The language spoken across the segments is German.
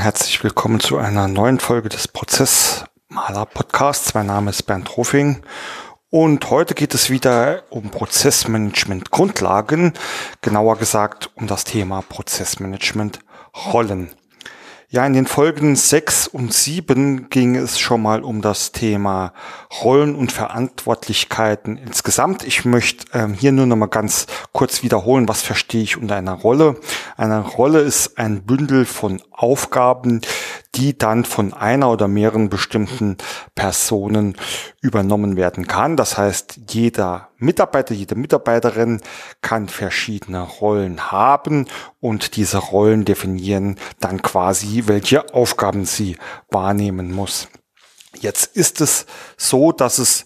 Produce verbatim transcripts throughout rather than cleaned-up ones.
herzlich willkommen zu einer neuen Folge des Prozessmaler-Podcasts. Mein Name ist Bernd Rofing und heute geht es wieder um Prozessmanagement-Grundlagen, genauer gesagt um das Thema Prozessmanagement-Rollen. Ja, in den Folgen sechs und sieben ging es schon mal um das Thema Rollen und Verantwortlichkeiten insgesamt. Ich möchte ähm, hier nur noch mal ganz kurz wiederholen, was verstehe ich unter einer Rolle. Eine Rolle ist ein Bündel von Aufgaben, die dann von einer oder mehreren bestimmten Personen übernommen werden kann. Das heißt, jeder Mitarbeiter, jede Mitarbeiterin kann verschiedene Rollen haben und diese Rollen definieren dann quasi, welche Aufgaben sie wahrnehmen muss. Jetzt ist es so, dass es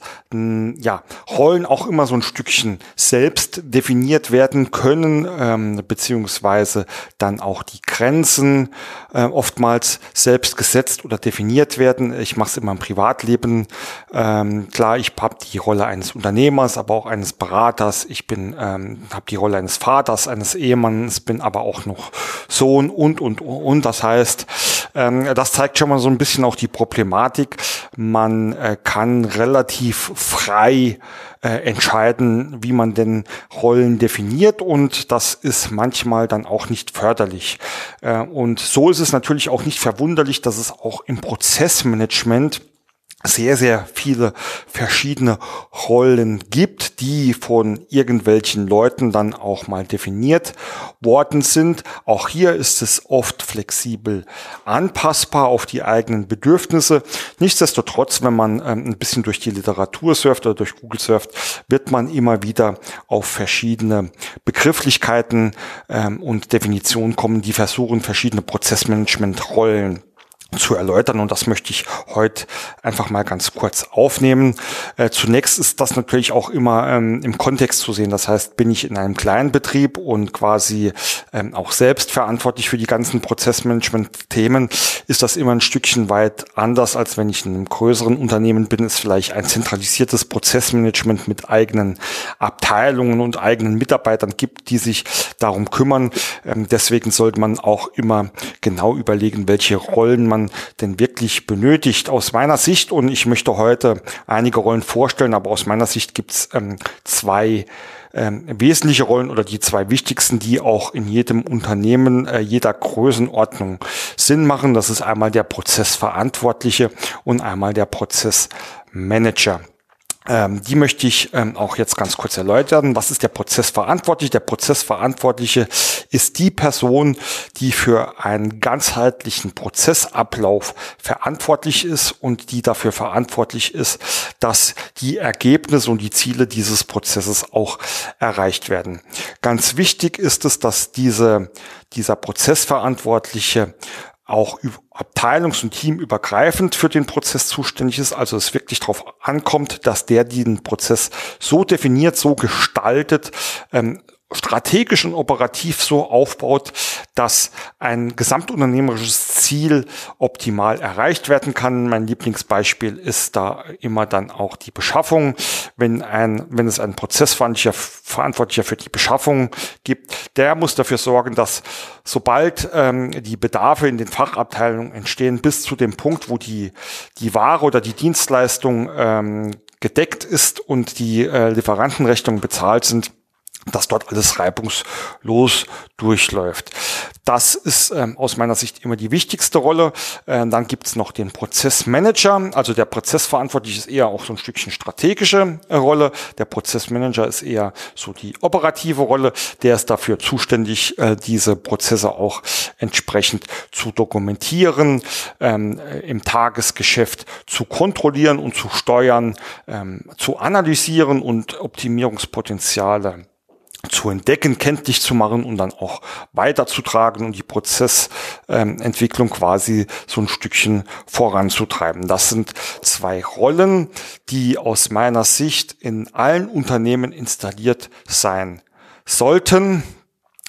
ja Rollen auch immer so ein Stückchen selbst definiert werden können, ähm, beziehungsweise dann auch die Grenzen äh, oftmals selbst gesetzt oder definiert werden. Ich mache es immer im Privatleben. Ähm, klar, ich habe die Rolle eines Unternehmers, aber auch eines Beraters. Ich bin ähm, habe die Rolle eines Vaters, eines Ehemanns, bin aber auch noch Sohn und und und. Das heißt, ähm, das zeigt schon mal so ein bisschen auch die Problematik. Man äh, kann relativ frei äh, entscheiden, wie man denn Rollen definiert, und das ist manchmal dann auch nicht förderlich. Äh, und so ist es natürlich auch nicht verwunderlich, dass es auch im Prozessmanagement sehr, sehr viele verschiedene Rollen gibt, die von irgendwelchen Leuten dann auch mal definiert worden sind. Auch hier ist es oft flexibel anpassbar auf die eigenen Bedürfnisse. Nichtsdestotrotz, wenn man ähm, ein bisschen durch die Literatur surft oder durch Google surft, wird man immer wieder auf verschiedene Begrifflichkeiten ähm, und Definitionen kommen, die versuchen, verschiedene Prozessmanagement-Rollen zu erläutern, und das möchte ich heute einfach mal ganz kurz aufnehmen. Äh, zunächst ist das natürlich auch immer ähm, im Kontext zu sehen. Das heißt, bin ich in einem kleinen Betrieb und quasi ähm, auch selbst verantwortlich für die ganzen Prozessmanagement-Themen, ist das immer ein Stückchen weit anders, als wenn ich in einem größeren Unternehmen bin. Ist vielleicht ein zentralisiertes Prozessmanagement mit eigenen Abteilungen und eigenen Mitarbeitern gibt, die sich darum kümmern. Ähm, deswegen sollte man auch immer genau überlegen, welche Rollen man denn wirklich benötigt. Aus meiner Sicht, und ich möchte heute einige Rollen vorstellen, aber aus meiner Sicht gibt es ähm, zwei ähm, wesentliche Rollen oder die zwei wichtigsten, die auch in jedem Unternehmen äh, jeder Größenordnung Sinn machen. Das ist einmal der Prozessverantwortliche und einmal der Prozessmanager. Ähm, die möchte ich ähm, auch jetzt ganz kurz erläutern. Was ist der Prozessverantwortliche? Der Prozessverantwortliche ist die Person, die für einen ganzheitlichen Prozessablauf verantwortlich ist und die dafür verantwortlich ist, dass die Ergebnisse und die Ziele dieses Prozesses auch erreicht werden. Ganz wichtig ist es, dass diese, dieser Prozessverantwortliche auch abteilungs- und teamübergreifend für den Prozess zuständig ist, also es wirklich darauf ankommt, dass der den Prozess so definiert, so gestaltet, ähm, strategisch und operativ so aufbaut, dass ein gesamtunternehmerisches Ziel optimal erreicht werden kann. Mein Lieblingsbeispiel ist da immer dann auch die Beschaffung. Wenn ein, wenn es einen Prozessverantwortlicher Verantwortlicher für die Beschaffung gibt, der muss dafür sorgen, dass sobald ähm, die Bedarfe in den Fachabteilungen entstehen, bis zu dem Punkt, wo die die Ware oder die Dienstleistung ähm, gedeckt ist und die äh, Lieferantenrechnungen bezahlt sind, dass dort alles reibungslos durchläuft. Das ist ähm, aus meiner Sicht immer die wichtigste Rolle. Äh, dann gibt es noch den Prozessmanager. Also der Prozessverantwortliche ist eher auch so ein Stückchen strategische äh, Rolle. Der Prozessmanager ist eher so die operative Rolle. Der ist dafür zuständig, äh, diese Prozesse auch entsprechend zu dokumentieren, ähm, im Tagesgeschäft zu kontrollieren und zu steuern, ähm, zu analysieren und Optimierungspotenziale zu entdecken, kenntlich zu machen und dann auch weiterzutragen und die Prozessentwicklung ähm, quasi so ein Stückchen voranzutreiben. Das sind zwei Rollen, die aus meiner Sicht in allen Unternehmen installiert sein sollten.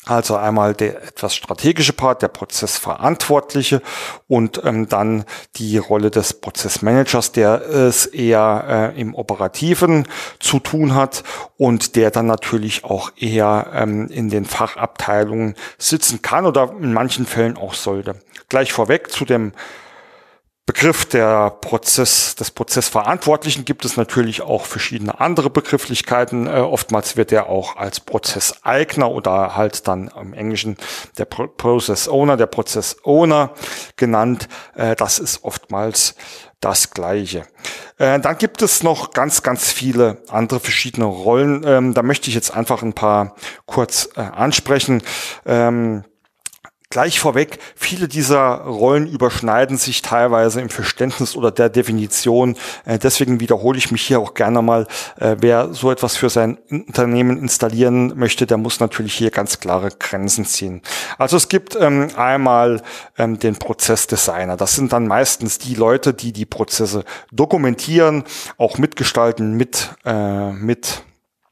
Also einmal der etwas strategische Part, der Prozessverantwortliche und ähm, dann die Rolle des Prozessmanagers, der es eher äh, im Operativen zu tun hat und der dann natürlich auch eher ähm, in den Fachabteilungen sitzen kann oder in manchen Fällen auch sollte. Gleich vorweg zu dem Begriff der Prozess, des Prozessverantwortlichen gibt es natürlich auch verschiedene andere Begrifflichkeiten. Äh, oftmals wird er auch als Prozesseigner oder halt dann im Englischen der Pro- Process Owner, der Prozess Owner genannt. Äh, das ist oftmals das Gleiche. Äh, dann gibt es noch ganz, ganz viele andere verschiedene Rollen. Ähm, da möchte ich jetzt einfach ein paar kurz äh, ansprechen. Ähm, Gleich vorweg, viele dieser Rollen überschneiden sich teilweise im Verständnis oder der Definition. Äh, deswegen wiederhole ich mich hier auch gerne mal. Äh, wer so etwas für sein Unternehmen installieren möchte, der muss natürlich hier ganz klare Grenzen ziehen. Also es gibt ähm, einmal ähm, den Prozessdesigner. Das sind dann meistens die Leute, die die Prozesse dokumentieren, auch mitgestalten, mit äh, mit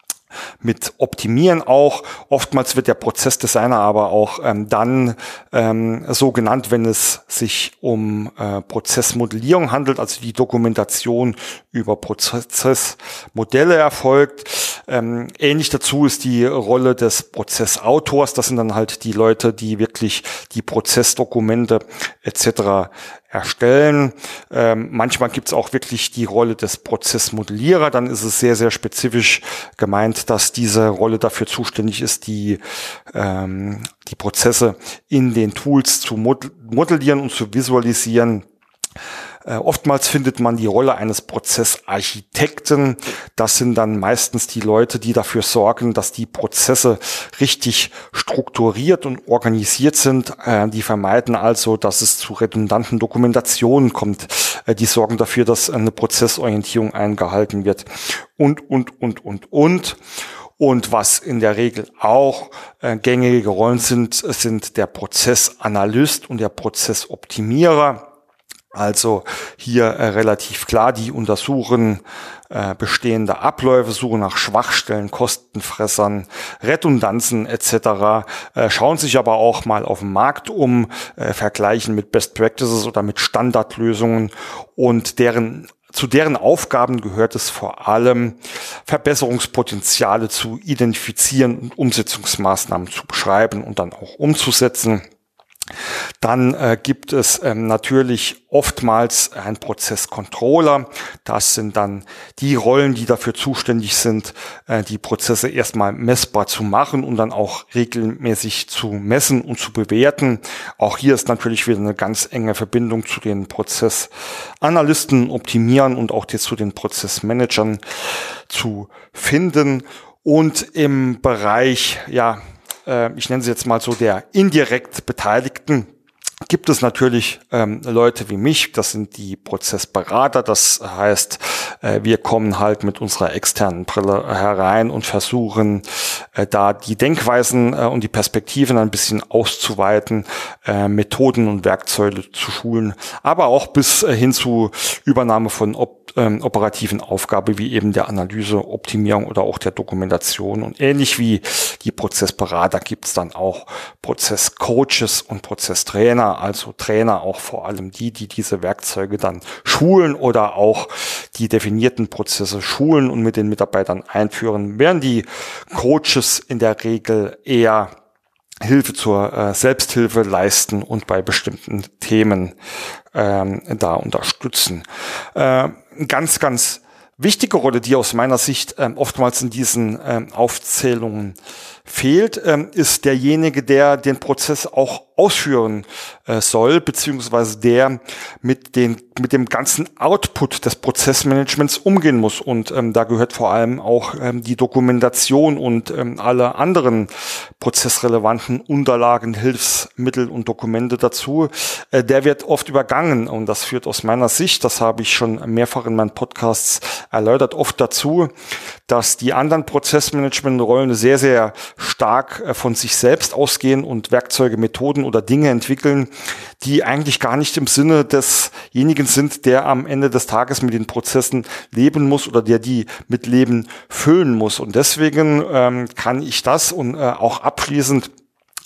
mit optimieren auch. Oftmals wird der Prozessdesigner aber auch ähm, dann ähm, so genannt, wenn es sich um äh, Prozessmodellierung handelt, also die Dokumentation über Prozessmodelle erfolgt. Ähm, ähnlich dazu ist die Rolle des Prozessautors. Das sind dann halt die Leute, die wirklich die Prozessdokumente et cetera erstellen. Ähm, manchmal gibt es auch wirklich die Rolle des Prozessmodellierer. Dann ist es sehr, sehr spezifisch gemeint, dass diese Rolle dafür zuständig ist, die, ähm, die Prozesse in den Tools zu modellieren und zu visualisieren. Äh, oftmals findet man die Rolle eines Prozessarchitekten. Das sind dann meistens die Leute, die dafür sorgen, dass die Prozesse richtig strukturiert und organisiert sind. Äh, die vermeiden also, dass es zu redundanten Dokumentationen kommt. Äh, die sorgen dafür, dass eine Prozessorientierung eingehalten wird. Und, und, und, und, und. Und was in der Regel auch äh, gängige Rollen sind, sind der Prozessanalyst und der Prozessoptimierer. Also hier äh, relativ klar, die untersuchen äh, bestehende Abläufe, suchen nach Schwachstellen, Kostenfressern, Redundanzen et cetera. Äh, schauen sich aber auch mal auf dem Markt um, äh, vergleichen mit Best Practices oder mit Standardlösungen und deren zu deren Aufgaben gehört es vor allem, Verbesserungspotenziale zu identifizieren und Umsetzungsmaßnahmen zu beschreiben und dann auch umzusetzen. Dann äh, gibt es ähm, natürlich oftmals einen Prozesscontroller. Das sind dann die Rollen, die dafür zuständig sind, äh, die Prozesse erstmal messbar zu machen und dann auch regelmäßig zu messen und zu bewerten. Auch hier ist natürlich wieder eine ganz enge Verbindung zu den Prozessanalysten, Optimieren und auch zu den Prozessmanagern zu finden. Und im Bereich, ja, ich nenne sie jetzt mal so der indirekt Beteiligten, gibt es natürlich ähm, Leute wie mich, das sind die Prozessberater, das heißt, äh, wir kommen halt mit unserer externen Brille herein und versuchen, äh, da die Denkweisen äh, und die Perspektiven ein bisschen auszuweiten, äh, Methoden und Werkzeuge zu schulen, aber auch bis äh, hin zu Übernahme von op- ähm, operativen Aufgaben, wie eben der Analyse, Optimierung oder auch der Dokumentation. Und ähnlich wie die Prozessberater gibt es dann auch Prozesscoaches und Prozesstrainer, also Trainer auch vor allem die, die diese Werkzeuge dann schulen oder auch die definierten Prozesse schulen und mit den Mitarbeitern einführen, während die Coaches in der Regel eher Hilfe zur äh, Selbsthilfe leisten und bei bestimmten Themen ähm, da unterstützen. Äh, ganz, ganz wichtige Rolle, die aus meiner Sicht ähm, oftmals in diesen ähm, Aufzählungen fehlt, ähm, ist derjenige, der den Prozess auch ausführen äh, soll, beziehungsweise der mit den mit dem ganzen Output des Prozessmanagements umgehen muss. Und ähm, da gehört vor allem auch ähm, die Dokumentation und ähm, alle anderen prozessrelevanten Unterlagen, Hilfsmittel und Dokumente dazu. Äh, der wird oft übergangen und das führt aus meiner Sicht, das habe ich schon mehrfach in meinen Podcasts erläutert, oft dazu, dass die anderen Prozessmanagement-Rollen sehr, sehr stark äh, von sich selbst ausgehen und Werkzeuge, Methoden oder Dinge entwickeln, die eigentlich gar nicht im Sinne desjenigen sind, der am Ende des Tages mit den Prozessen leben muss oder der die mit Leben füllen muss. Und deswegen ähm, kann ich das und äh, auch abschließend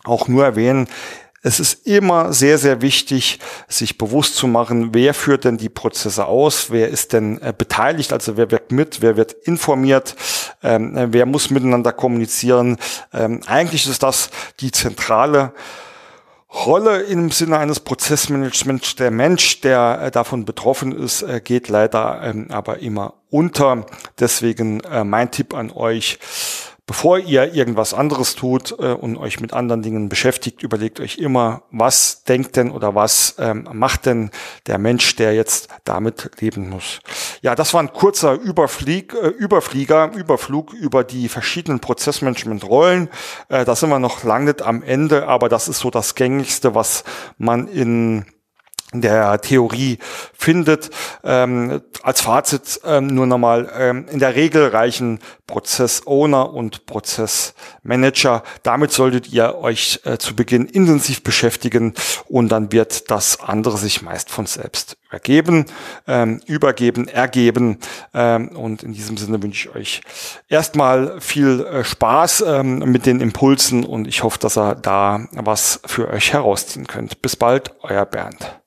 auch nur erwähnen, es ist immer sehr, sehr wichtig, sich bewusst zu machen, wer führt denn die Prozesse aus, wer ist denn äh, beteiligt, also wer wirkt mit, wer wird informiert, ähm, äh, wer muss miteinander kommunizieren. Ähm, eigentlich ist das die zentrale Rolle im Sinne eines Prozessmanagements. Der Mensch, der äh, davon betroffen ist, äh, geht leider ähm, aber immer unter. Deswegen äh, mein Tipp an euch: Bevor ihr irgendwas anderes tut äh, und euch mit anderen Dingen beschäftigt, überlegt euch immer, was denkt denn oder was ähm, macht denn der Mensch, der jetzt damit leben muss. Ja, das war ein kurzer Überflieg, äh, Überflieger, Überflug über die verschiedenen Prozessmanagement-Rollen. Äh, da sind wir noch lange nicht am Ende, aber das ist so das Gängigste, was man in der Theorie findet. Ähm, als Fazit ähm, nur nochmal, ähm, in der Regel reichen Prozess-Owner und Prozessmanager. Damit solltet ihr euch äh, zu Beginn intensiv beschäftigen und dann wird das andere sich meist von selbst übergeben, ähm, übergeben, ergeben. Ähm, und in diesem Sinne wünsche ich euch erstmal viel äh, Spaß ähm, mit den Impulsen und ich hoffe, dass ihr da was für euch herausziehen könnt. Bis bald, euer Bernd.